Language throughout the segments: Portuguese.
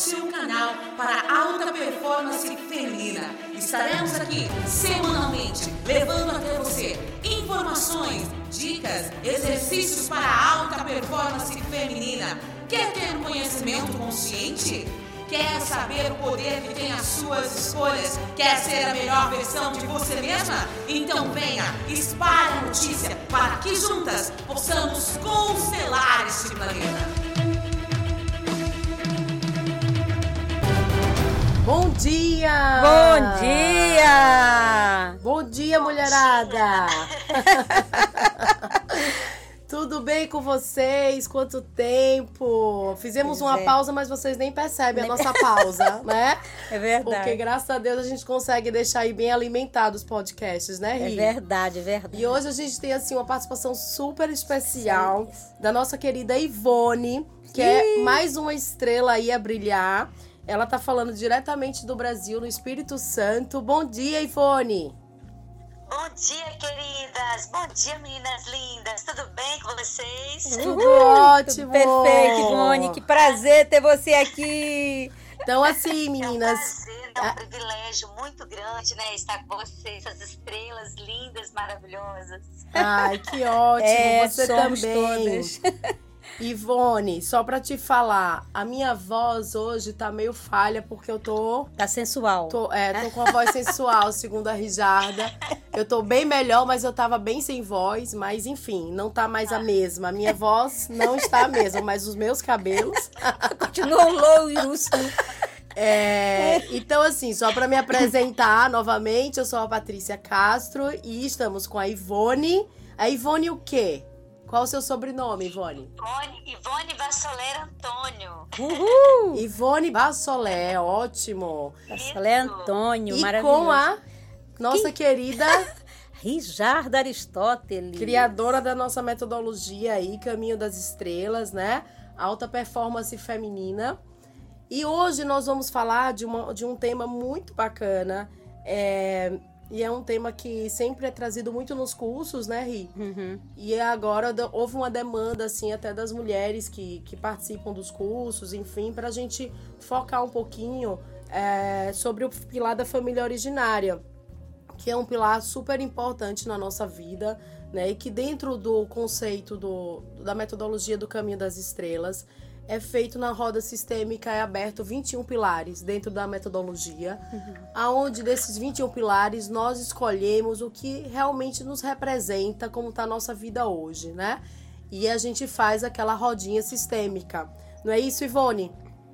seu canal para alta performance feminina. Estaremos aqui semanalmente, levando até você informações, dicas, exercícios para alta performance feminina. Quer ter um conhecimento consciente? Quer saber o poder que tem as suas escolhas? Quer ser a melhor versão de você mesma? Então venha, espalhe a notícia para que juntas possamos constelar este planeta. Bom dia! Bom dia! Bom dia, mulherada! Tudo bem com vocês? Quanto tempo? Fizemos uma pausa, mas vocês nem percebem a nossa pausa, né? É verdade. Porque, graças a Deus, a gente consegue deixar aí bem alimentado os podcasts, né, Ri? É verdade, é verdade. E hoje a gente tem, assim, uma participação super especial da nossa querida Ivone, que é mais uma estrela aí a brilhar. Ela tá falando diretamente do Brasil, no Espírito Santo. Bom dia, Ivone! Bom dia, queridas! Bom dia, meninas lindas! Tudo bem com vocês? Tudo ótimo! Perfeito, Ivone! Que prazer ter você aqui! Então, assim, meninas... É um privilégio muito grande, né? Estar com vocês, essas estrelas lindas, maravilhosas. Ai, que ótimo! Você somos também! todas. Ivone, só pra te falar, a minha voz hoje tá meio falha porque eu tô... Tá sensual. Tô com a voz sensual, segundo a Rijarda. Eu tô bem melhor, mas eu tava bem sem voz. Mas, enfim, não tá mais a mesma. A minha voz não está a mesma, mas os meus cabelos... Continuam loiros. Então, assim, só pra me apresentar novamente, eu sou a Patrícia Castro e estamos com a Ivone. A Ivone o quê? Qual o seu sobrenome, Ivone? Ivone Vassoler Antônio. Uhul! Ivone Vassolé, ótimo. Vassolé Antônio, E maravilhoso. com a nossa querida... Rijarda Aristóteles. Criadora da nossa metodologia aí, Caminho das Estrelas, né? Alta performance feminina. E hoje nós vamos falar de um tema muito bacana. E é um tema que sempre é trazido muito nos cursos, né, Ri? Uhum. E agora houve uma demanda, assim, até das mulheres que participam dos cursos, enfim, para a gente focar um pouquinho sobre o pilar da família originária, que é um pilar super importante na nossa vida, né? E que dentro do conceito da metodologia do Caminho das Estrelas, é feito na roda sistêmica, é aberto 21 pilares dentro da metodologia, aonde desses 21 pilares nós escolhemos o que realmente nos representa, como está a nossa vida hoje, né? E a gente faz aquela rodinha sistêmica. Não é isso, Ivone?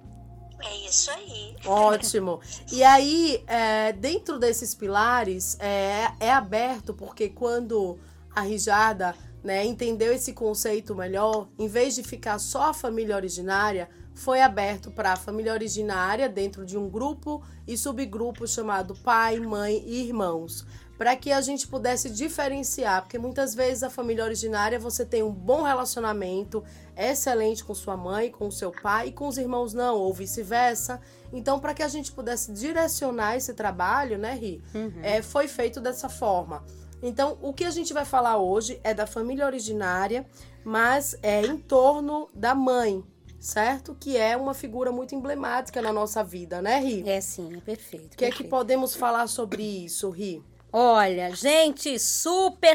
É isso aí. Ótimo. E aí, dentro desses pilares, é aberto porque quando a Rijarda... né, entendeu esse conceito melhor, em vez de ficar só a família originária, foi aberto para a família originária dentro de um grupo e subgrupo chamado pai, mãe e irmãos, para que a gente pudesse diferenciar, porque muitas vezes a família originária você tem um bom relacionamento excelente com sua mãe, com o seu pai, e com os irmãos não, ou vice-versa. Então, para que a gente pudesse direcionar esse trabalho, né, Ri, foi feito dessa forma. Então, o que a gente vai falar hoje é da família originária, mas é em torno da mãe, certo? Que é uma figura muito emblemática na nossa vida, né, Ri? É sim, é perfeito. O que é que podemos falar sobre isso, Ri? Olha, gente, super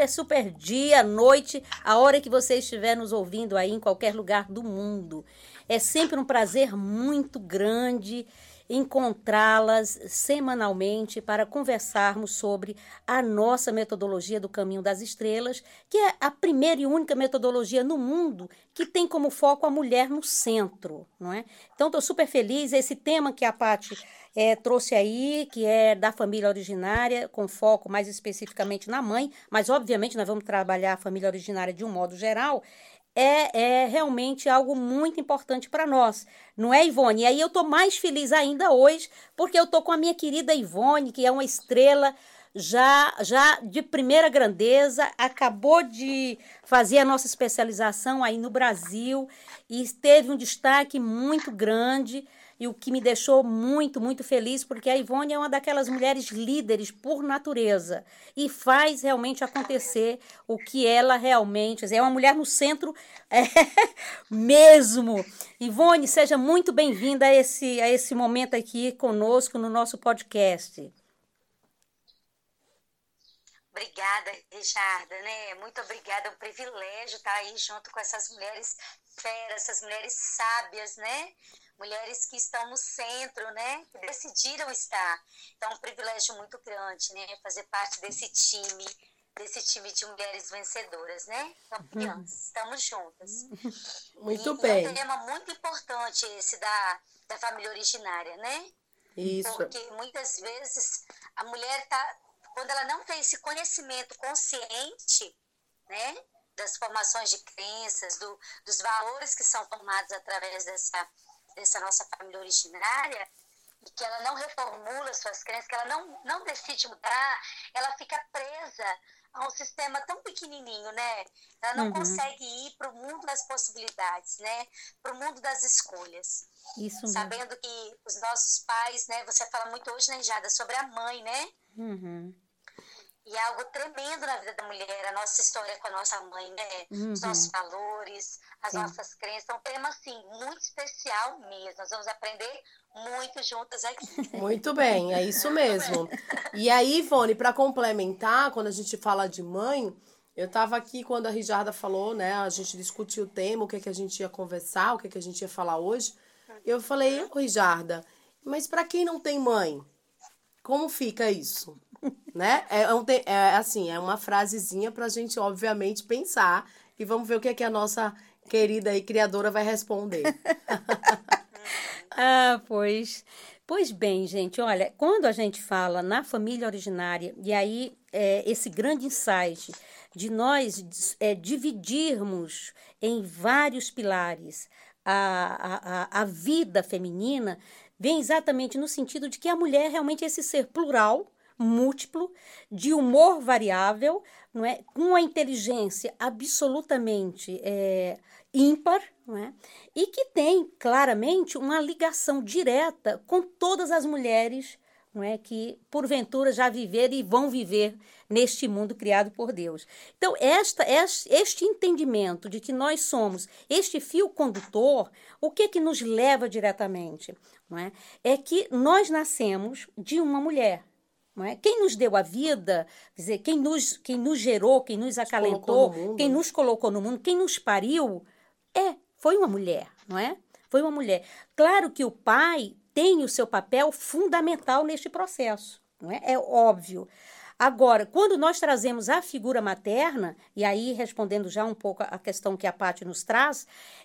dia, noite, a hora que você estiver nos ouvindo aí em qualquer lugar do mundo. É sempre um prazer muito grande encontrá-las semanalmente para conversarmos sobre a nossa metodologia do Caminho das Estrelas, que é a primeira e única metodologia no mundo que tem como foco a mulher no centro, não é? Então, estou super feliz. Esse tema que a Paty trouxe aí, que é da família originária, com foco mais especificamente na mãe, mas, obviamente, nós vamos trabalhar a família originária de um modo geral, é realmente algo muito importante para nós, não é, Ivone? E aí eu estou mais feliz ainda hoje, porque eu estou com a minha querida Ivone, que é uma estrela já de primeira grandeza, acabou de fazer a nossa especialização aí no Brasil e teve um destaque muito grande, e o que me deixou muito, muito feliz, porque a Ivone é uma daquelas mulheres líderes por natureza e faz realmente acontecer o que ela realmente é uma mulher no centro mesmo. Ivone, seja muito bem-vinda a esse momento aqui conosco no nosso podcast. Obrigada, Richarda, né? Muito obrigada, é um privilégio estar aí junto com essas mulheres feras, essas mulheres sábias, né? Mulheres que estão no centro, né? Que decidiram estar. Então, é um privilégio muito grande, né? Fazer parte desse time de mulheres vencedoras, né? Campeãs, estamos juntas. Muito bem. É um tema muito importante esse da família originária, né? Isso. Porque muitas vezes a mulher quando ela não tem esse conhecimento consciente, né? Das formações de crenças, dos valores que são formados através dessa nossa família originária, e que ela não reformula suas crenças, que ela não decide mudar, ela fica presa a um sistema tão pequenininho, né? Ela não consegue ir para o mundo das possibilidades, né? Para o mundo das escolhas. Isso mesmo. Sabendo que os nossos pais, né? Você fala muito hoje, né, Jada, sobre a mãe, né? E é algo tremendo na vida da mulher, a nossa história com a nossa mãe, né? Os nossos valores, as nossas crenças. É um tema, assim, muito especial mesmo. Nós vamos aprender muito juntas aqui. Muito bem, é isso mesmo. E aí, Ivone, para complementar, quando a gente fala de mãe, eu estava aqui quando a Richarda falou, né? A gente discutiu o tema, o que a gente ia conversar, o que a gente ia falar hoje. Eu falei, Richarda, mas para quem não tem mãe, como fica isso? Né? É uma frasezinha pra gente, obviamente, pensar, e vamos ver o que a nossa querida e criadora vai responder. Pois bem, gente, olha, quando a gente fala na família originária, e aí esse grande insight de nós dividirmos em vários pilares a vida feminina, vem exatamente no sentido de que a mulher realmente é esse ser plural, múltiplo, de humor variável, não é? Com a inteligência absolutamente ímpar, não é? E que tem claramente uma ligação direta com todas as mulheres, não é? Que porventura já viveram e vão viver neste mundo criado por Deus. Então, este entendimento de que nós somos este fio condutor, o que nos leva diretamente? Não é? É que nós nascemos de uma mulher. Não é? Quem nos deu a vida, quer dizer, quem nos gerou, quem nos acalentou, quem nos colocou no mundo, quem nos pariu, foi uma mulher, não é? Foi uma mulher. Claro que o pai tem o seu papel fundamental neste processo, não é? É óbvio. Agora, quando nós trazemos a figura materna, e aí respondendo já um pouco a questão que a Paty nos traz,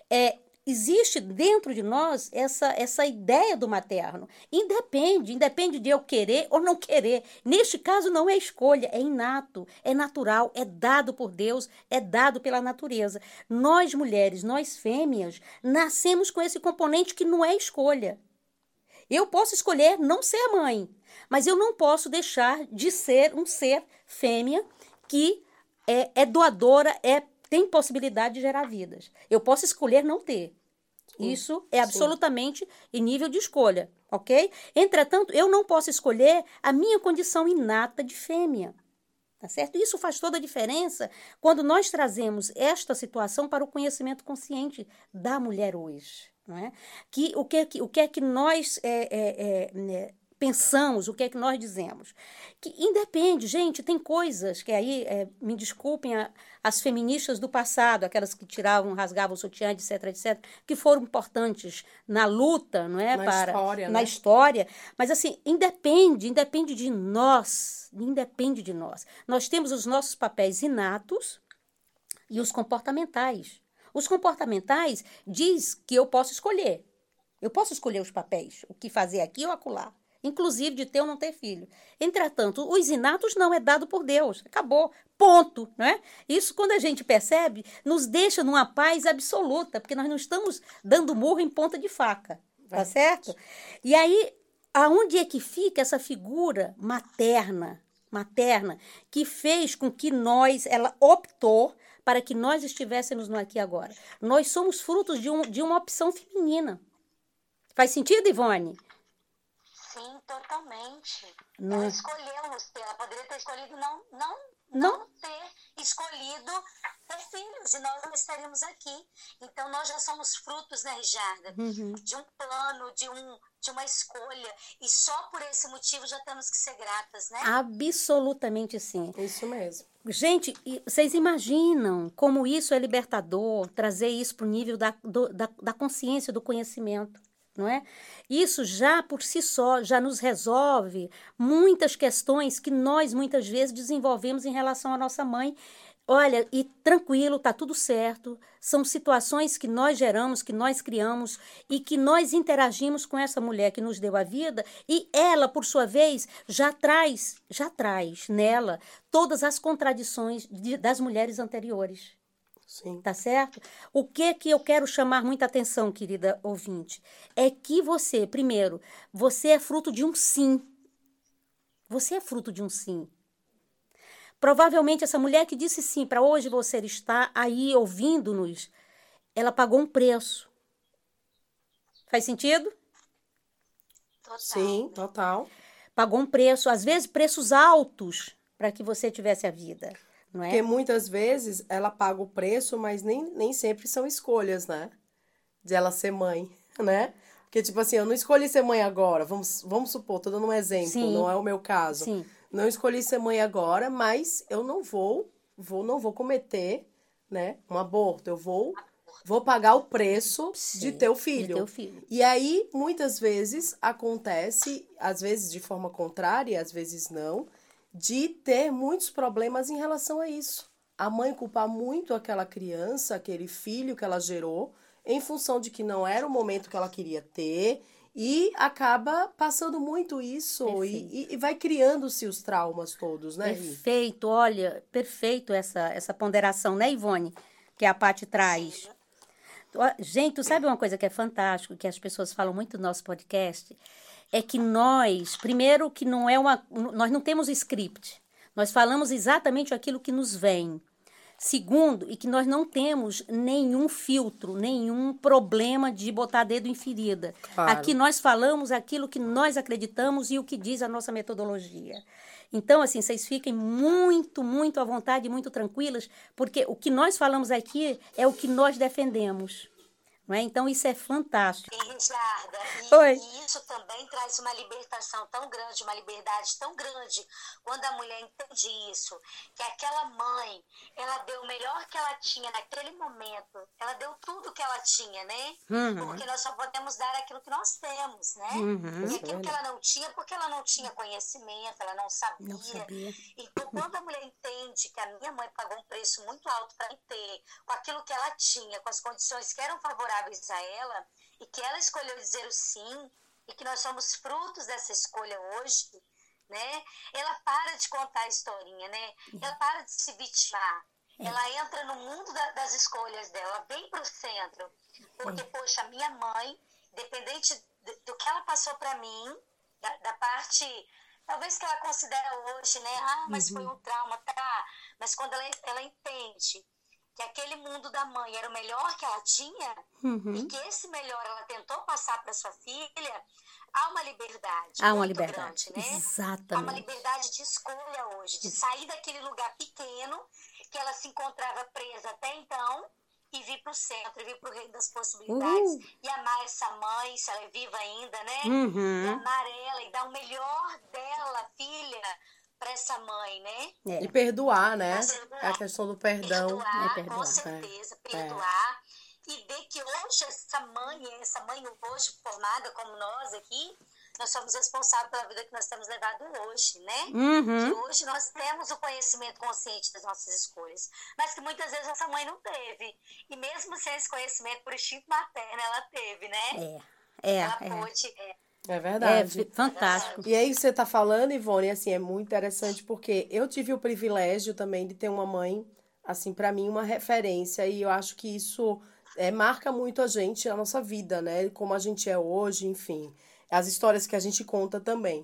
existe dentro de nós essa ideia do materno. Independe de eu querer ou não querer. Neste caso, não é escolha, é inato, é natural, é dado por Deus, é dado pela natureza. Nós, mulheres, nós fêmeas, nascemos com esse componente que não é escolha. Eu posso escolher não ser mãe, mas eu não posso deixar de ser um ser fêmea que é doadora, tem possibilidade de gerar vidas. Eu posso escolher não ter. Isso é absolutamente em nível de escolha, ok? Entretanto, eu não posso escolher a minha condição inata de fêmea, tá certo? Isso faz toda a diferença quando nós trazemos esta situação para o conhecimento consciente da mulher hoje, não é? O que é que nós pensamos, o que é que nós dizemos? Que independe, gente, tem coisas que aí, me desculpem as feministas do passado, aquelas que rasgavam o sutiã, etc, que foram importantes na luta, não é? Na história, mas assim, independe de nós, Nós temos os nossos papéis inatos e os comportamentais. Os comportamentais diz que eu posso escolher os papéis, o que fazer aqui ou acolá. Inclusive de ter ou não ter filho. Entretanto, os inatos não é dado por Deus. Acabou. Ponto. Né? Isso, quando a gente percebe, nos deixa numa paz absoluta, porque nós não estamos dando murro em ponta de faca. Tá certo? E aí, aonde é que fica essa figura materna? materna que fez com que ela optou para que nós estivéssemos no aqui e agora. Nós somos frutos de uma opção feminina. Faz sentido, Ivone? Sim, totalmente. Não. Ela escolheu nos ter, ela poderia ter escolhido não ter escolhido ter filhos, e nós não estaríamos aqui. Então, nós já somos frutos, né, Rijarda? De um plano, de uma escolha. E só por esse motivo já temos que ser gratas, né? Absolutamente sim. Isso mesmo. Gente, vocês imaginam como isso é libertador, trazer isso para o nível da consciência, do conhecimento, não é? Isso já, por si só, já nos resolve muitas questões que nós, muitas vezes, desenvolvemos em relação à nossa mãe. Olha, e tranquilo, tá tudo certo. São situações que nós geramos, que nós criamos e que nós interagimos com essa mulher que nos deu a vida, e ela, por sua vez, já traz nela todas as contradições das mulheres anteriores. Sim. Tá certo? O que eu quero chamar muita atenção, querida ouvinte, é que você, primeiro, você é fruto de um sim. Você é fruto de um sim. Provavelmente essa mulher que disse sim para hoje você estar aí ouvindo-nos, ela pagou um preço. Faz sentido? Total. Sim, total. Pagou um preço, às vezes preços altos, para que você tivesse a vida, não é? Porque muitas vezes ela paga o preço, mas nem sempre são escolhas, né? De ela ser mãe, né? Porque, tipo assim, eu não escolhi ser mãe agora. Vamos supor, tô dando um exemplo, Sim. não é o meu caso. Sim. Não escolhi ser mãe agora, mas eu não vou cometer, né, um aborto. Eu vou pagar o preço de ter o filho. De ter o filho. E aí, muitas vezes, acontece, às vezes de forma contrária, às vezes não, de ter muitos problemas em relação a isso. A mãe culpar muito aquela criança, aquele filho que ela gerou, em função de que não era o momento que ela queria ter, e acaba passando muito isso e vai criando-se os traumas todos, né? Perfeito, olha, perfeito essa ponderação, né, Ivone? Que a Paty traz. Gente, tu sabe uma coisa que é fantástico, que as pessoas falam muito no nosso podcast? É que nós, primeiro, que nós não temos script. Nós falamos exatamente aquilo que nos vem. Segundo, e que nós não temos nenhum filtro, nenhum problema de botar dedo em ferida. Claro. Aqui nós falamos aquilo que nós acreditamos e o que diz a nossa metodologia. Então, assim, vocês fiquem muito, muito à vontade, muito tranquilas, porque o que nós falamos aqui é o que nós defendemos. Não é? Então, isso é fantástico. E, Rijarda, e isso também traz uma libertação tão grande, uma liberdade tão grande, quando a mulher entende isso, que aquela mãe, ela deu o melhor que ela tinha naquele momento, ela deu tudo que ela tinha, né? Porque nós só podemos dar aquilo que nós temos, né? E aquilo que ela não tinha, porque ela não tinha conhecimento, ela não sabia. Então, quando a mulher entende que a minha mãe pagou um preço muito alto para ter, com aquilo que ela tinha, com as condições que eram favoráveis a ela, e que ela escolheu dizer o sim, e que nós somos frutos dessa escolha hoje, né? Ela para de contar a historinha, né? Ela para de se vitimar. Ela entra no mundo das escolhas dela, vem para o centro. Porque, poxa, a minha mãe, independente do que ela passou para mim, da parte, talvez que ela considera hoje, né? Ah, mas foi um trauma, tá? Mas quando ela entende que aquele mundo da mãe era o melhor que ela tinha, e que esse melhor ela tentou passar para sua filha, há uma liberdade muito grande, né? Exatamente. Há uma liberdade de escolha hoje, de sair daquele lugar pequeno que ela se encontrava presa até então, e vir para o centro, e vir para o reino das possibilidades, e amar essa mãe, se ela é viva ainda, né? E amar ela, e dar o melhor dela, filha, para essa mãe, né? E perdoar, né? É a questão do perdão. Perdoar, com certeza, perdoar. E ver que hoje essa mãe hoje formada como nós aqui, nós somos responsáveis pela vida que nós temos levado hoje, né? Que hoje nós temos o conhecimento consciente das nossas escolhas, mas que muitas vezes essa mãe não teve. E mesmo sem esse conhecimento por instinto materno, ela teve, né? Ela pôde... É verdade. É fantástico. E aí você tá falando, Ivone, assim, é muito interessante porque eu tive o privilégio também de ter uma mãe, assim, para mim, uma referência, e eu acho que isso marca muito a gente, a nossa vida, né? Como a gente é hoje, enfim, as histórias que a gente conta também.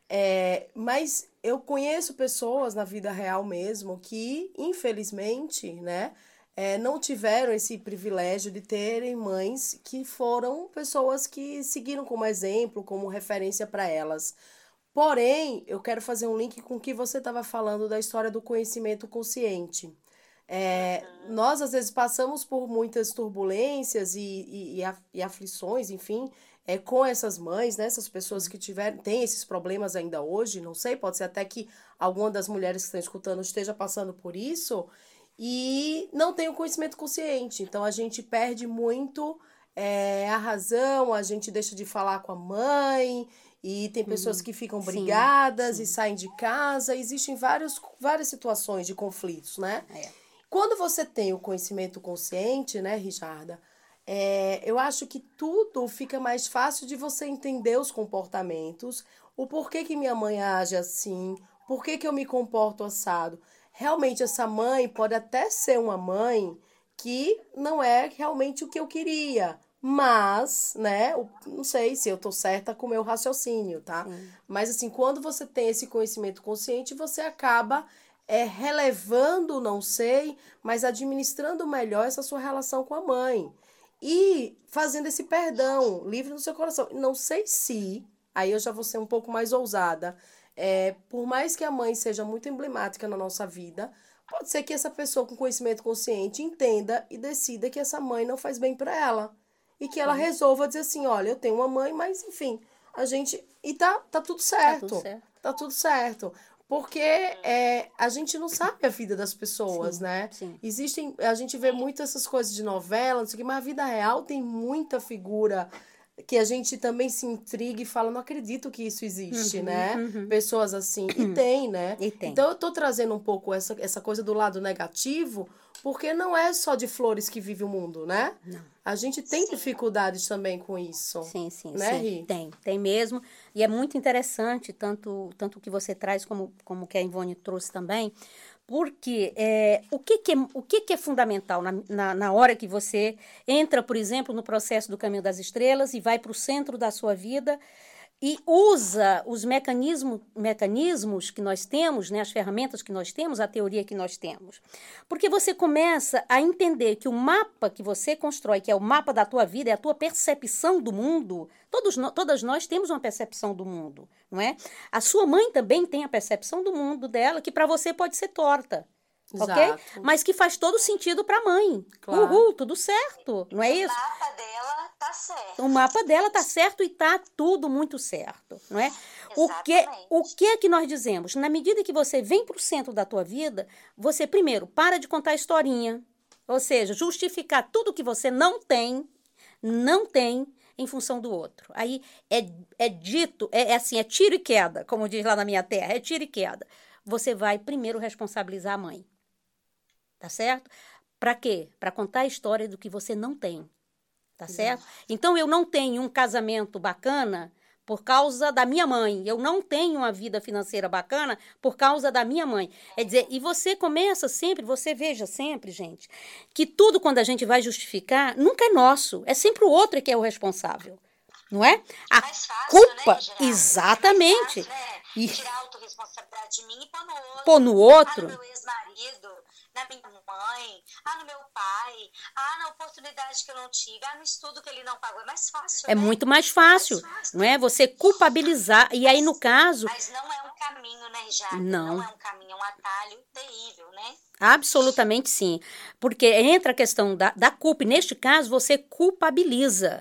Mas eu conheço pessoas na vida real mesmo que, infelizmente, né, não tiveram esse privilégio de terem mães que foram pessoas que seguiram como exemplo, como referência para elas. Porém, eu quero fazer um link com o que você estava falando da história do conhecimento consciente. Nós, às vezes, passamos por muitas turbulências e aflições, enfim, com essas mães, né? Essas pessoas que têm esses problemas ainda hoje, não sei, pode ser até que alguma das mulheres que estão escutando esteja passando por isso e não tem o conhecimento consciente. Então, a gente perde muito a razão, a gente deixa de falar com a mãe e tem pessoas que ficam brigadas e saem de casa. Existem várias situações de conflitos, né? Quando você tem o conhecimento consciente, né, Rijarda, eu acho que tudo fica mais fácil de você entender os comportamentos, o porquê que minha mãe age assim, por que eu me comporto assado. Realmente, essa mãe pode até ser uma mãe que não é realmente o que eu queria, mas, né, não sei se eu tô certa com o meu raciocínio, tá? Mas, assim, quando você tem esse conhecimento consciente, você acaba relevando, não sei, mas administrando melhor essa sua relação com a mãe. E fazendo esse perdão livre no seu coração. Não sei se, aí eu já vou ser um pouco mais ousada, por mais que a mãe seja muito emblemática na nossa vida, pode ser que essa pessoa com conhecimento consciente entenda e decida que essa mãe não faz bem para ela. E que ela resolva dizer assim, olha, eu tenho uma mãe, mas enfim, a gente... E tá tudo certo. Tá tudo certo. Porque a gente não sabe a vida das pessoas, né? A gente vê muito essas coisas de novela, não sei o quê, mas a vida real tem muita figura que a gente também se intriga e fala, não acredito que isso existe, né? Pessoas assim. E tem, né? Então eu tô trazendo um pouco essa coisa do lado negativo, porque não é só de flores que vive o mundo, né? Não. A gente tem dificuldades também com isso. Sim. Ri? Tem mesmo. E é muito interessante, tanto o que você traz como que a Ivone trouxe também, porque o que é fundamental na hora que você entra, por exemplo, no processo do Caminho das Estrelas e vai para o centro da sua vida e usa os mecanismos que nós temos, né, as ferramentas que nós temos, a teoria que nós temos. Porque você começa a entender que o mapa que você constrói, que é o mapa da tua vida, é a tua percepção do mundo. Todas nós temos uma percepção do mundo, não é? A sua mãe também tem a percepção do mundo dela, que para você pode ser torta. Exato. Ok? Mas que faz todo sentido para a mãe. Claro. Uhul, tudo certo, não é isso? O mapa dela tá certo. O mapa dela tá certo e tá tudo muito certo, não é? O que é que nós dizemos? Na medida que você vem para o centro da tua vida, você primeiro para de contar historinha, ou seja, justificar tudo que você não tem em função do outro. Aí é dito, assim, é tiro e queda, como diz lá na minha terra, é tiro e queda. Você vai primeiro responsabilizar a mãe. Tá certo? Para quê? Para contar a história do que você não tem. Tá certo? Então, eu não tenho um casamento bacana por causa da minha mãe. Eu não tenho uma vida financeira bacana por causa da minha mãe. É dizer, e você começa sempre, você veja sempre, gente, que tudo quando a gente vai justificar, nunca é nosso. É sempre o outro que é o responsável. Não é? A culpa, né, exatamente. Fácil, né? Tirar a autorresponsabilidade de mim e pôr no outro. No meu ex-marido, na minha mãe, no meu pai, na oportunidade que eu não tive, no estudo que ele não pagou. É mais fácil, É né? muito mais fácil, não é? Você culpabilizar. E aí, no caso... Mas não é um caminho, né, Jada? Não é um caminho, é um atalho terrível, né? Absolutamente sim. Porque entra a questão da culpa. E neste caso, você culpabiliza.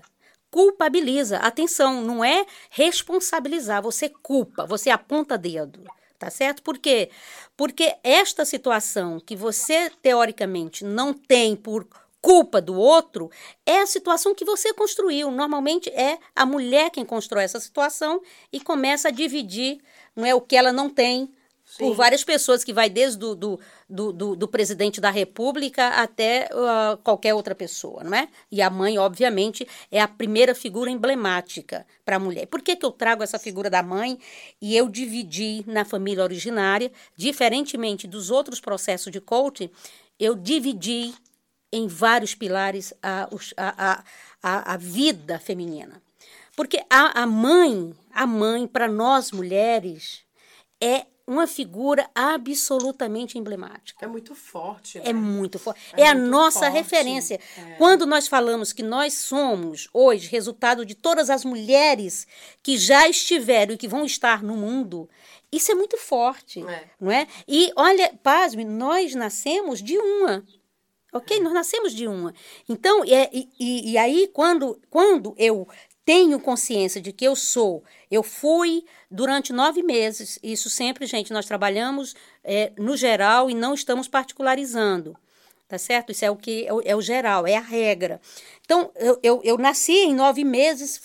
Atenção, não é responsabilizar, você culpa, você aponta dedo, tá certo? Por quê? Porque esta situação que você, teoricamente, não tem por culpa do outro, é a situação que você construiu. Normalmente é a mulher quem constrói essa situação e começa a dividir, não é, o que ela não tem. Por várias pessoas, que vai desde do presidente da República até qualquer outra pessoa, não é? E a mãe, obviamente, é a primeira figura emblemática para a mulher. Por que eu trago essa figura da mãe e eu dividi na família originária, diferentemente dos outros processos de coaching, eu dividi em vários pilares a vida feminina. Porque a mãe, para nós mulheres, é uma figura absolutamente emblemática. É muito forte, né? É muito forte. É a muito nossa forte. referência. Quando nós falamos que nós somos, hoje, resultado de todas as mulheres que já estiveram e que vão estar no mundo, isso é muito forte, não é? E, olha, pasme, nós nascemos de uma. Ok? Nós nascemos de uma. Então, e aí, quando eu tenho consciência de que eu fui durante 9 meses, isso sempre, gente, nós trabalhamos no geral e não estamos particularizando, tá certo? Isso é o que é o geral, é a regra. Então, eu nasci em 9 meses,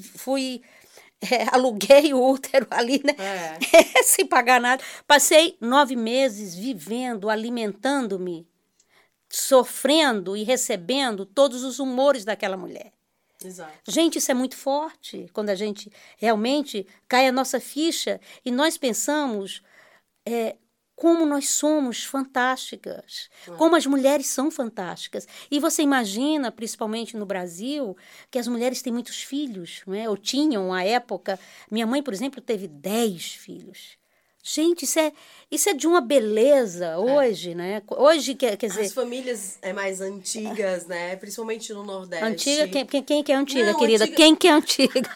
aluguei o útero ali, né? Sem pagar nada. Passei 9 meses vivendo, alimentando-me, sofrendo e recebendo todos os humores daquela mulher. Exato. Gente, isso é muito forte, quando a gente realmente cai a nossa ficha e nós pensamos como nós somos fantásticas, como as mulheres são fantásticas. E você imagina, principalmente no Brasil, que as mulheres têm muitos filhos, não é? Ou tinham, à época. Minha mãe, por exemplo, teve 10 filhos. Gente, isso é de uma beleza hoje, né? Hoje, quer dizer... As famílias mais antigas, né? Principalmente no Nordeste. Antiga? Quem que é antiga, Não, querida? antiga... Quem que é antiga?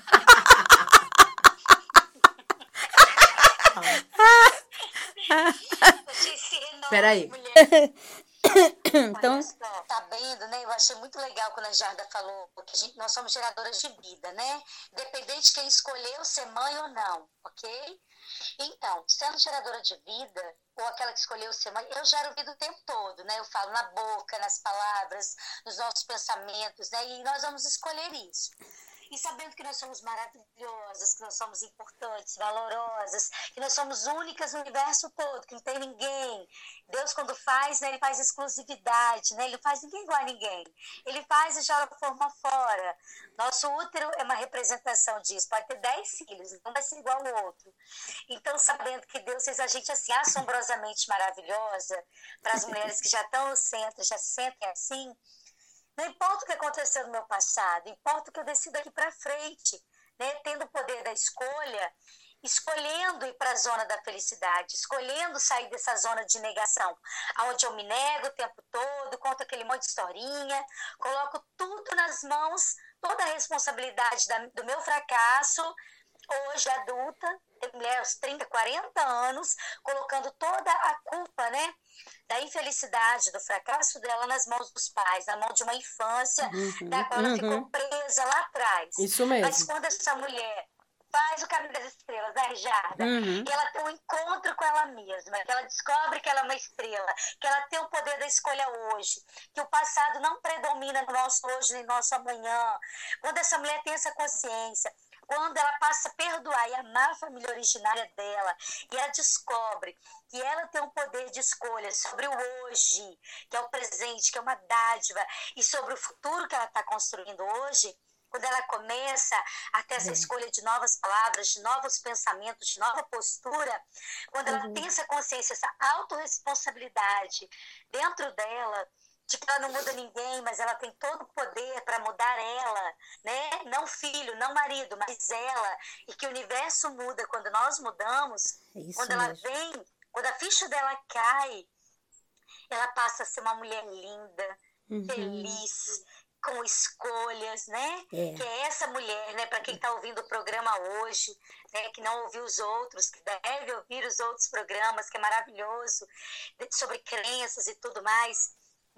Peraí. Então, tá vendo, né? Eu achei muito legal quando a Jarda falou que nós somos geradoras de vida, né? Independente de quem escolheu ser mãe ou não, ok? Então, sendo geradora de vida, ou aquela que escolheu ser mãe, eu gero vida o tempo todo, né? Eu falo na boca, nas palavras, nos nossos pensamentos, né? E nós vamos escolher isso. E sabendo que nós somos maravilhosas, que nós somos importantes, valorosas, que nós somos únicas no universo todo, que não tem ninguém. Deus, quando faz, né, ele faz exclusividade, né? Ele não faz ninguém igual a ninguém. Ele faz e joga forma fora. Nosso útero é uma representação disso. Pode ter 10 filhos, não vai ser igual ao outro. Então, sabendo que Deus fez a gente assim, assombrosamente maravilhosa, para as mulheres que já estão no centro, já se sentem assim, não importa o que aconteceu no meu passado, importa o que eu decido aqui para frente, né? Tendo o poder da escolha, escolhendo ir para a zona da felicidade, escolhendo sair dessa zona de negação, onde eu me nego o tempo todo, conto aquele monte de historinha, coloco tudo nas mãos, toda a responsabilidade do meu fracasso, hoje adulta, mulher aos 30, 40 anos, colocando toda a culpa, né, da infelicidade, do fracasso dela nas mãos dos pais, na mão de uma infância da qual ela ficou presa lá atrás. Isso mesmo. Mas quando essa mulher faz o caminho das estrelas, né, Jarda? E ela tem um encontro com ela mesma, que ela descobre que ela é uma estrela, que ela tem o poder da escolha hoje, que o passado não predomina no nosso hoje nem no nosso amanhã. Quando essa mulher tem essa consciência, quando ela passa a perdoar e amar a família originária dela, e ela descobre que ela tem um poder de escolha sobre o hoje, que é o presente, que é uma dádiva, e sobre o futuro que ela está construindo hoje, quando ela começa a ter essa escolha de novas palavras, de novos pensamentos, de nova postura, quando ela tem essa consciência, essa autorresponsabilidade dentro dela, de que ela não muda ninguém, mas ela tem todo o poder para mudar ela, né? Não filho, não marido, mas ela. E que o universo muda quando nós mudamos, quando ela vem, quando a ficha dela cai, ela passa a ser uma mulher linda, feliz, com escolhas, né? Que é essa mulher, né? Para quem está ouvindo o programa hoje, né? Que não ouviu os outros, que deve ouvir os outros programas, que é maravilhoso, sobre crenças e tudo mais.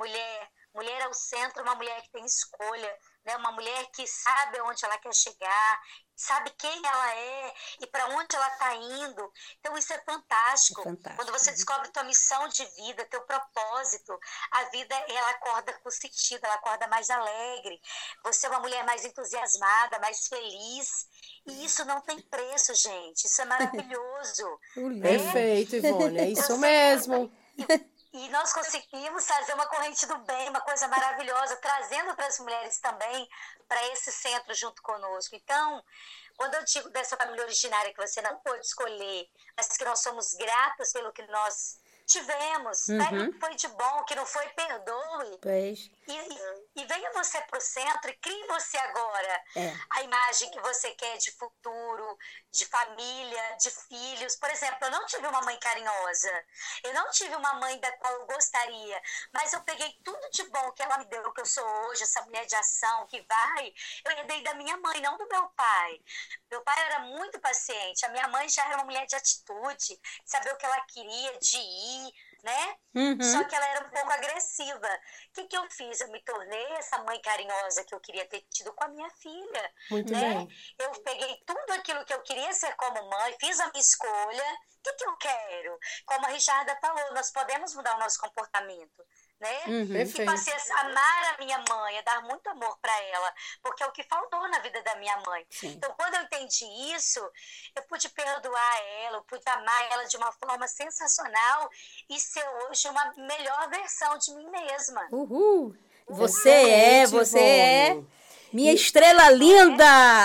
Mulher ao centro, uma mulher que tem escolha, né? Uma mulher que sabe aonde ela quer chegar, sabe quem ela é e para onde ela está indo. Então isso é fantástico. Quando você descobre tua missão de vida, teu propósito, a vida ela acorda com sentido, ela acorda mais alegre. Você é uma mulher mais entusiasmada, mais feliz. E isso não tem preço, gente. Isso é maravilhoso. Perfeito, Ivone. É isso mesmo. E nós conseguimos fazer uma corrente do bem, uma coisa maravilhosa, trazendo para as mulheres também, para esse centro junto conosco. Então, quando eu digo dessa família originária que você não pôde escolher, mas que nós somos gratas pelo que nós tivemos, né? Que foi de bom, que não foi, perdoe. E venha você para o centro e crie você agora a imagem que você quer de futuro, de família, de filhos. Por exemplo, eu não tive uma mãe carinhosa, eu não tive uma mãe da qual eu gostaria, mas eu peguei tudo de bom que ela me deu, que eu sou hoje, essa mulher de ação que vai, eu herdei da minha mãe, não do meu pai. Meu pai era muito paciente, a minha mãe já era uma mulher de atitude, de saber o que ela queria, de ir, né? Só que ela era um pouco agressiva. O que eu fiz? Eu me tornei essa mãe carinhosa que eu queria ter tido com a minha filha. Muito né? bem. Eu peguei tudo aquilo que eu queria ser como mãe, fiz a minha escolha. O que eu quero? Como a Richarda falou, nós podemos mudar o nosso comportamento. Né? E Perfeito. passei a amar a minha mãe, a dar muito amor para ela, porque é o que faltou na vida da minha mãe. Sim. Então, quando eu entendi isso, eu pude perdoar ela, eu pude amar ela de uma forma sensacional e ser hoje uma melhor versão de mim mesma. Uhul! Você Excelente, é Ivone. minha estrela linda!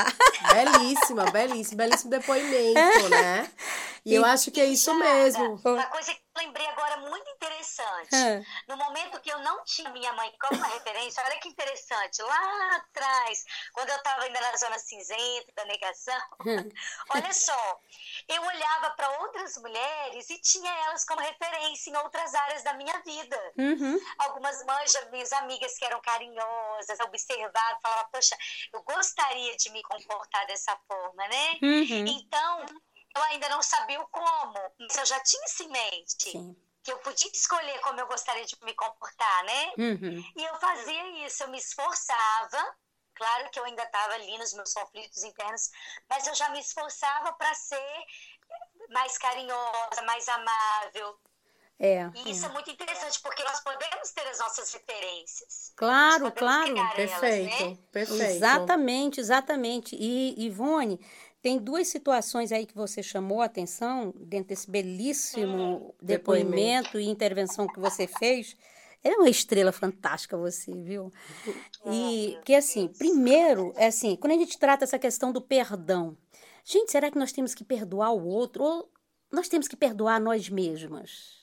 Belíssimo depoimento, né? E eu acho que é isso mesmo. Uma coisa que eu lembrei agora muito interessante. No momento que eu não tinha minha mãe como uma referência, olha que interessante, lá atrás, quando eu estava ainda na zona cinzenta, da negação, olha só, eu olhava para outras mulheres e tinha elas como referência em outras áreas da minha vida. Algumas mães, minhas amigas que eram carinhosas, observavam, falavam, poxa, eu gostaria de me comportar dessa forma, né? Então, eu ainda não sabia o como, mas eu já tinha isso em mente. Sim. Que eu podia escolher como eu gostaria de me comportar, né? E eu fazia isso, eu me esforçava. Claro que eu ainda estava ali nos meus conflitos internos, mas eu já me esforçava para ser mais carinhosa, mais amável. E isso é muito interessante, porque nós podemos ter as nossas referências. Claro. Perfeito. Exatamente. E, Ivone, tem duas situações aí que você chamou a atenção dentro desse belíssimo depoimento e intervenção que você fez. É uma estrela fantástica você, viu? E que assim, primeiro, quando a gente trata essa questão do perdão, gente, será que nós temos que perdoar o outro ou nós temos que perdoar nós mesmas?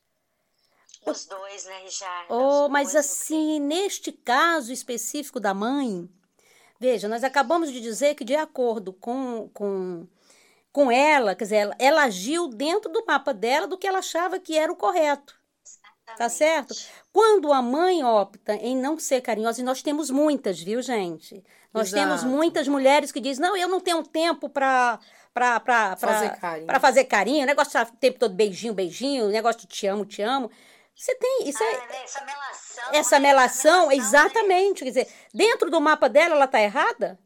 Os dois, né, Richard? Mas assim, neste caso específico da mãe, veja, nós acabamos de dizer que de acordo com ela, quer dizer, ela agiu dentro do mapa dela do que ela achava que era o correto. Tá certo? Quando a mãe opta em não ser carinhosa, e nós temos muitas, viu, gente? Nós temos muitas mulheres que dizem, não, eu não tenho tempo para fazer carinho, o negócio de estar o tempo todo beijinho, o negócio de te amo. Você tem isso essa melação, exatamente, quer dizer, dentro do mapa dela ela tá errada?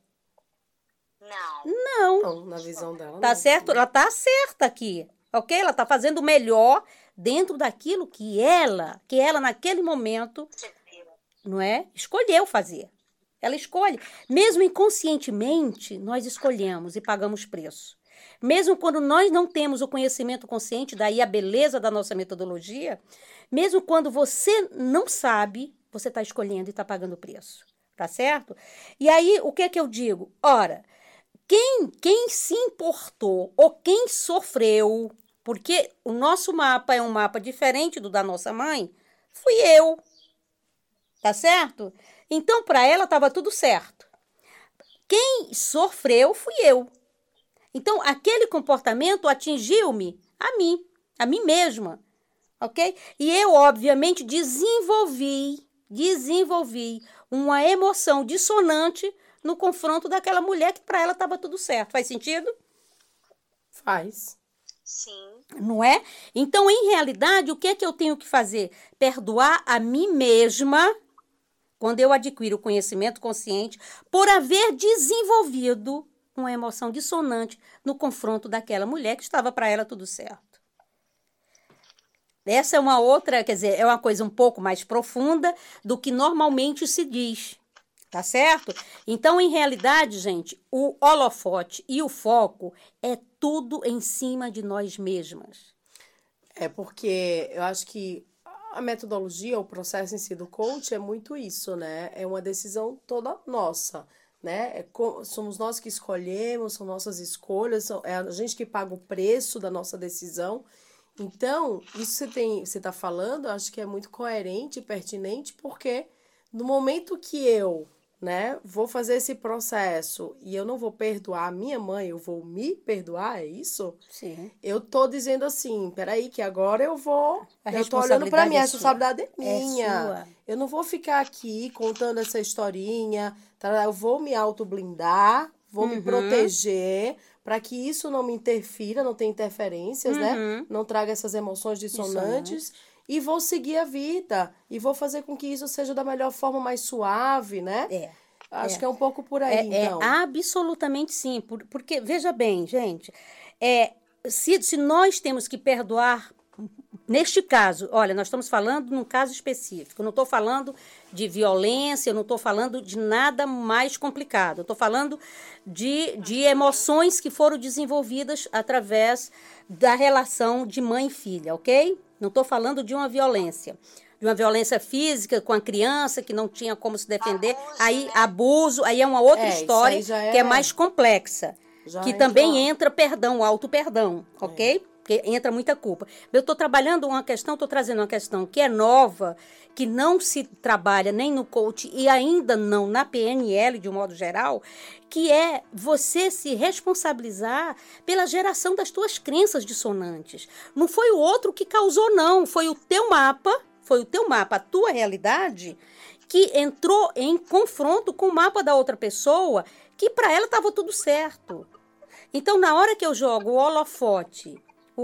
Não, na visão dela. Tá certo? Ela tá certa aqui, ok? Ela tá fazendo o melhor dentro daquilo que ela naquele momento, não é? Escolheu fazer. Ela escolhe. Mesmo inconscientemente, nós escolhemos e pagamos preço. Mesmo quando nós não temos o conhecimento consciente, daí a beleza da nossa metodologia, mesmo quando você não sabe, você está escolhendo e está pagando preço, tá certo? E aí, o que é que eu digo? Ora, quem se importou ou quem sofreu, porque o nosso mapa é um mapa diferente do da nossa mãe, fui eu, tá certo? Então, para ela, estava tudo certo. Quem sofreu fui eu. Então, aquele comportamento atingiu-me a mim mesma, ok? E eu, obviamente, desenvolvi uma emoção dissonante no confronto daquela mulher que para ela estava tudo certo. Faz sentido? Faz. Sim. Não é? Então, em realidade, o que é que eu tenho que fazer? Perdoar a mim mesma, quando eu adquiro o conhecimento consciente, por haver desenvolvido uma emoção dissonante no confronto daquela mulher que estava para ela tudo certo. Essa é uma outra, quer dizer, é uma coisa um pouco mais profunda do que normalmente se diz, tá certo? Então, em realidade, gente, o holofote e o foco é tudo em cima de nós mesmas. É porque eu acho que a metodologia, o processo em si do coach é muito isso, né? É uma decisão toda nossa, né? Somos nós que escolhemos, são nossas escolhas, é a gente que paga o preço da nossa decisão. Então, isso você está falando, eu acho que é muito coerente e pertinente, porque No momento que eu, né, vou fazer esse processo e eu não vou perdoar a minha mãe, eu vou me perdoar, é isso? Sim. Eu tô dizendo assim, peraí, que agora eu tô olhando pra responsabilidade mim, é a sua. responsabilidade é É minha. sua. Eu não vou ficar aqui contando essa historinha, tá? Eu vou me autoblindar, vou me proteger para que isso não me interfira, não tenha interferências, né? Não traga essas emoções dissonantes. E vou seguir a vida. E vou fazer com que isso seja da melhor forma, mais suave, né? Acho que é um pouco por aí, então. Absolutamente sim. Porque, veja bem, gente, se nós temos que perdoar, neste caso, olha, nós estamos falando num caso específico, eu não estou falando de violência, eu não estou falando de nada mais complicado, eu estou falando de emoções que foram desenvolvidas através da relação de mãe e filha, ok? Não estou falando de uma violência física com a criança que não tinha como se defender, abuso, aí é uma outra história que é mais complexa, que também entra perdão, auto-perdão, ok? Porque entra muita culpa. Eu estou trabalhando estou trazendo uma questão que é nova, que não se trabalha nem no coach e ainda não na PNL, de um modo geral, que é você se responsabilizar pela geração das tuas crenças dissonantes. Não foi o outro que causou, não. Foi o teu mapa, a tua realidade, que entrou em confronto com o mapa da outra pessoa, que para ela estava tudo certo. Então, na hora que eu jogo o holofote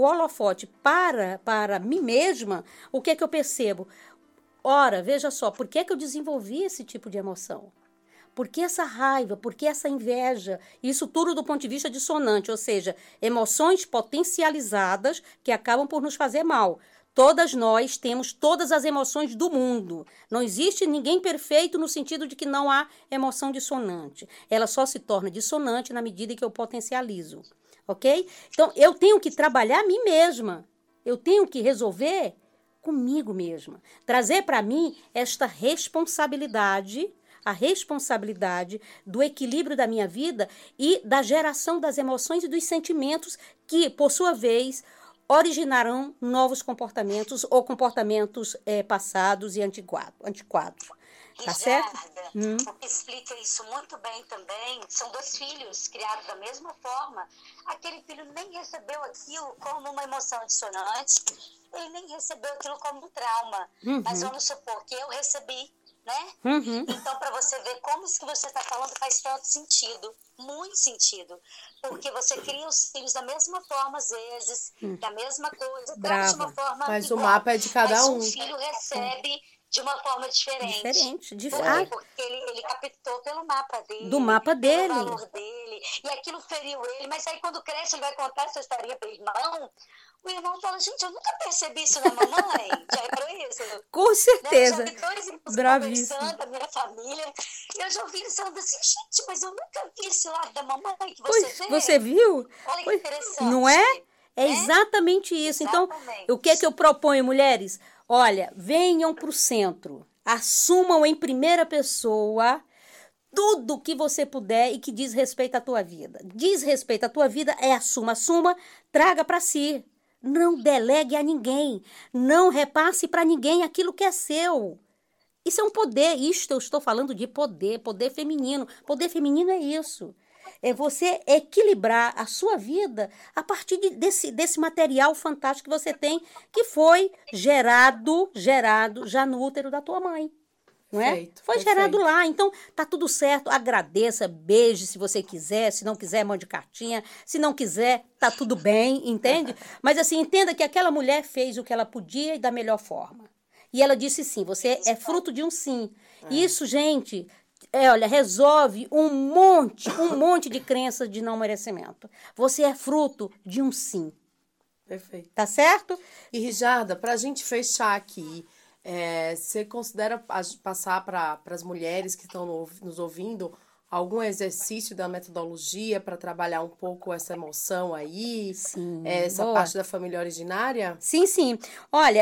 para mim mesma, o que é que eu percebo? Ora, veja só, por que é que eu desenvolvi esse tipo de emoção? Por que essa raiva? Por que essa inveja? Isso tudo do ponto de vista dissonante, ou seja, emoções potencializadas que acabam por nos fazer mal. Todas nós temos todas as emoções do mundo. Não existe ninguém perfeito no sentido de que não há emoção dissonante. Ela só se torna dissonante na medida em que eu potencializo. Ok? Então, eu tenho que trabalhar a mim mesma. Eu tenho que resolver comigo mesma. Trazer para mim esta responsabilidade, a responsabilidade do equilíbrio da minha vida e da geração das emoções e dos sentimentos que, por sua vez, originarão novos comportamentos ou comportamentos passados e antiquados. Tá certo? O que explica isso muito bem também, são 2 filhos criados da mesma forma. Aquele filho nem recebeu aquilo como uma emoção dissonante, ele nem recebeu aquilo como um trauma. Mas vamos supor que eu recebi, né? Então, para você ver como isso que você está falando faz todo sentido, muito sentido. Porque você cria os filhos da mesma forma, às vezes, da mesma coisa, de uma forma Mas igual. o mapa é de cada um. Mas um filho recebe de uma forma diferente. Porque ele captou pelo mapa dele. Do mapa dele. Pelo valor dele. E aquilo feriu ele. Mas aí, quando cresce, ele vai contar essa historinha para o irmão. O irmão fala, gente, eu nunca percebi isso na mamãe. Já reparou isso? Com certeza. Eu já vi 2 irmãos conversando da minha família. E eu já ouvi eles falando assim, gente, mas eu nunca vi esse lado da mamãe que você vê. Você viu? Olha que interessante. Não é? É exatamente isso. Exatamente. Então, o que é que eu proponho, mulheres? Olha, venham para o centro. Assumam em primeira pessoa tudo que você puder e que diz respeito à tua vida. Diz respeito à tua vida, assuma, traga para si. Não delegue a ninguém. Não repasse para ninguém aquilo que é seu. Isso é um poder. Isto eu estou falando de poder feminino. Poder feminino é isso. É você equilibrar a sua vida a partir desse material fantástico que você tem, que foi gerado já no útero da tua mãe. Não é? Foi gerado lá, então tá tudo certo, agradeça, beije se você quiser, se não quiser, mande cartinha, se não quiser, tá tudo bem, entende? Mas assim, entenda que aquela mulher fez o que ela podia e da melhor forma. E ela disse sim, você é fruto de um sim. Isso, gente, olha, resolve um monte de crenças de não merecimento. Você é fruto de um sim. Perfeito. Tá certo? E, Rijarda, pra gente fechar aqui, você considera passar para as mulheres que estão nos ouvindo algum exercício da metodologia para trabalhar um pouco essa emoção aí? Sim. Essa parte da família originária? Sim. Olha,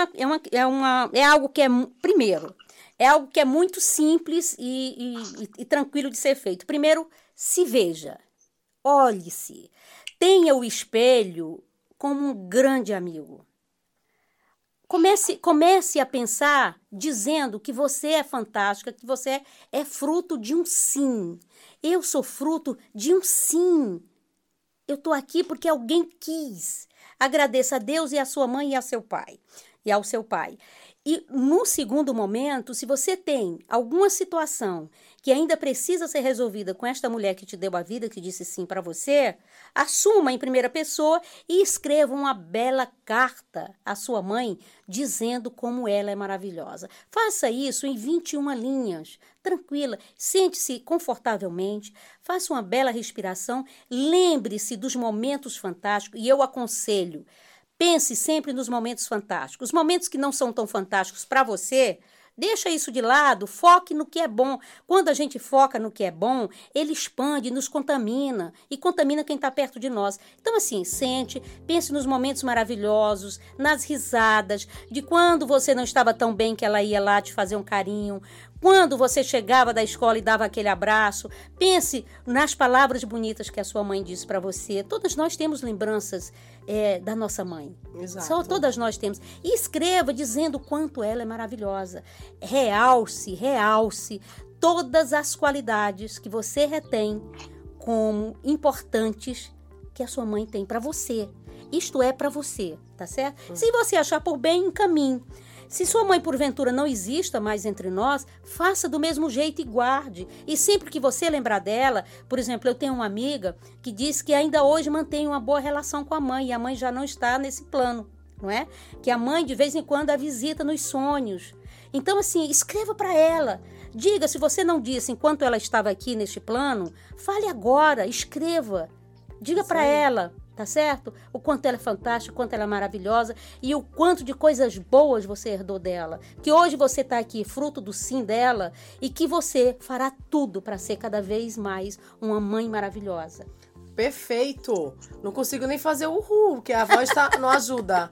é algo que primeiro, é algo que é muito simples e tranquilo de ser feito. Primeiro, se veja, olhe-se, tenha o espelho como um grande amigo. Comece a pensar dizendo que você é fantástica, que você é fruto de um sim. Eu sou fruto de um sim. Eu estou aqui porque alguém quis. Agradeça a Deus e a sua mãe e a seu pai. E ao seu pai. E no segundo momento, se você tem alguma situação que ainda precisa ser resolvida com esta mulher que te deu a vida, que disse sim para você, assuma em primeira pessoa e escreva uma bela carta à sua mãe dizendo como ela é maravilhosa. Faça isso em 21 linhas, tranquila, sente-se confortavelmente, faça uma bela respiração, lembre-se dos momentos fantásticos e eu aconselho, pense sempre nos momentos fantásticos. Os momentos que não são tão fantásticos para você, deixa isso de lado, foque no que é bom. Quando a gente foca no que é bom, ele expande, nos contamina e contamina quem está perto de nós. Então, assim, sente, pense nos momentos maravilhosos, nas risadas, de quando você não estava tão bem que ela ia lá te fazer um carinho, quando você chegava da escola e dava aquele abraço. Pense nas palavras bonitas que a sua mãe disse para você. Todas nós temos lembranças da nossa mãe. Exato. Todas nós temos. E escreva dizendo o quanto ela é maravilhosa. Realce todas as qualidades que você retém como importantes que a sua mãe tem para você. Isto é para você, tá certo? Se você achar por bem, encaminhe. Se sua mãe, porventura, não exista mais entre nós, faça do mesmo jeito e guarde. E sempre que você lembrar dela, por exemplo, eu tenho uma amiga que diz que ainda hoje mantém uma boa relação com a mãe, e a mãe já não está nesse plano, não é? Que a mãe, de vez em quando, a visita nos sonhos. Então, assim, escreva para ela. Diga, se você não disse enquanto ela estava aqui neste plano, fale agora, escreva. Diga para ela. Tá certo? O quanto ela é fantástica, o quanto ela é maravilhosa e o quanto de coisas boas você herdou dela. Que hoje você tá aqui fruto do sim dela e que você fará tudo para ser cada vez mais uma mãe maravilhosa. Perfeito! Não consigo nem fazer o porque a voz não ajuda.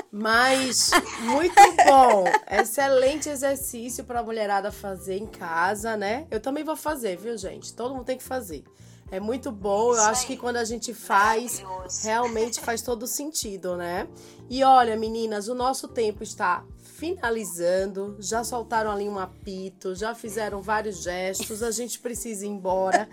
Mas muito bom! Excelente exercício para a mulherada fazer em casa, né? Eu também vou fazer, viu, gente? Todo mundo tem que fazer. É muito bom, eu acho que quando a gente faz, realmente faz todo sentido, né? E olha, meninas, o nosso tempo está finalizando, já soltaram ali um apito, já fizeram vários gestos, a gente precisa ir embora.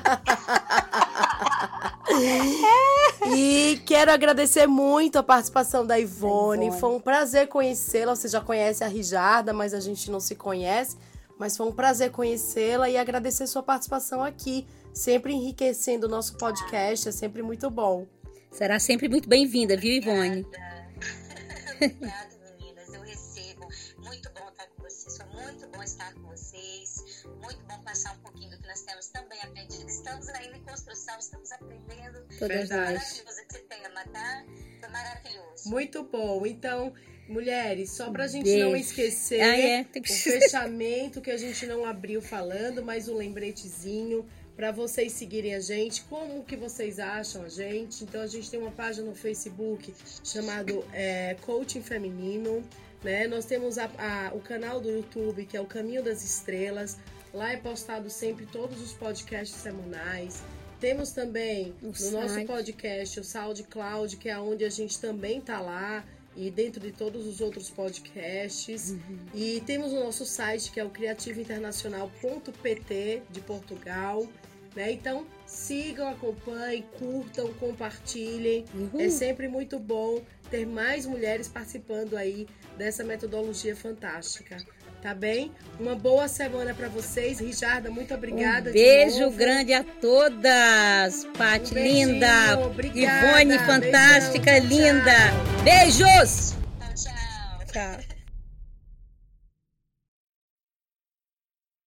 E quero agradecer muito a participação da Ivone, foi um prazer conhecê-la, você já conhece a Rijarda, mas a gente não se conhece, mas foi um prazer conhecê-la e agradecer sua participação aqui. Sempre enriquecendo o nosso podcast, é sempre muito bom. Será sempre muito bem-vinda, viu, Ivone? Obrigada, meninas. Eu recebo. Muito bom estar com vocês. Foi muito bom estar com vocês. Muito bom passar um pouquinho do que nós temos também aprendido. Estamos ainda em construção, estamos aprendendo. Todas nós. Maravilhoso esse tema, tá? Foi maravilhoso. Muito bom. Então, mulheres, só pra gente não esquecer o fechamento que a gente não abriu falando, mas um lembretezinho para vocês seguirem a gente, como que vocês acham a gente. Então a gente tem uma página no Facebook chamado Coaching Feminino, né? Nós temos o canal do YouTube, que é o Caminho das Estrelas. Lá é postado sempre todos os podcasts semanais. Temos também no nosso podcast o SoundCloud, que é onde a gente também tá lá, e dentro de todos os outros podcasts. E temos o nosso site, que é o criativointernacional.pt de Portugal, né? Então sigam, acompanhem, curtam, compartilhem. É sempre muito bom ter mais mulheres participando aí dessa metodologia fantástica. Tá bem? Uma boa semana para vocês. Rijarda, muito obrigada. Um beijo grande a todas. Paty, linda. Obrigada. Ivone, fantástica, beijão, linda. Beijos. Tchau. Tchau.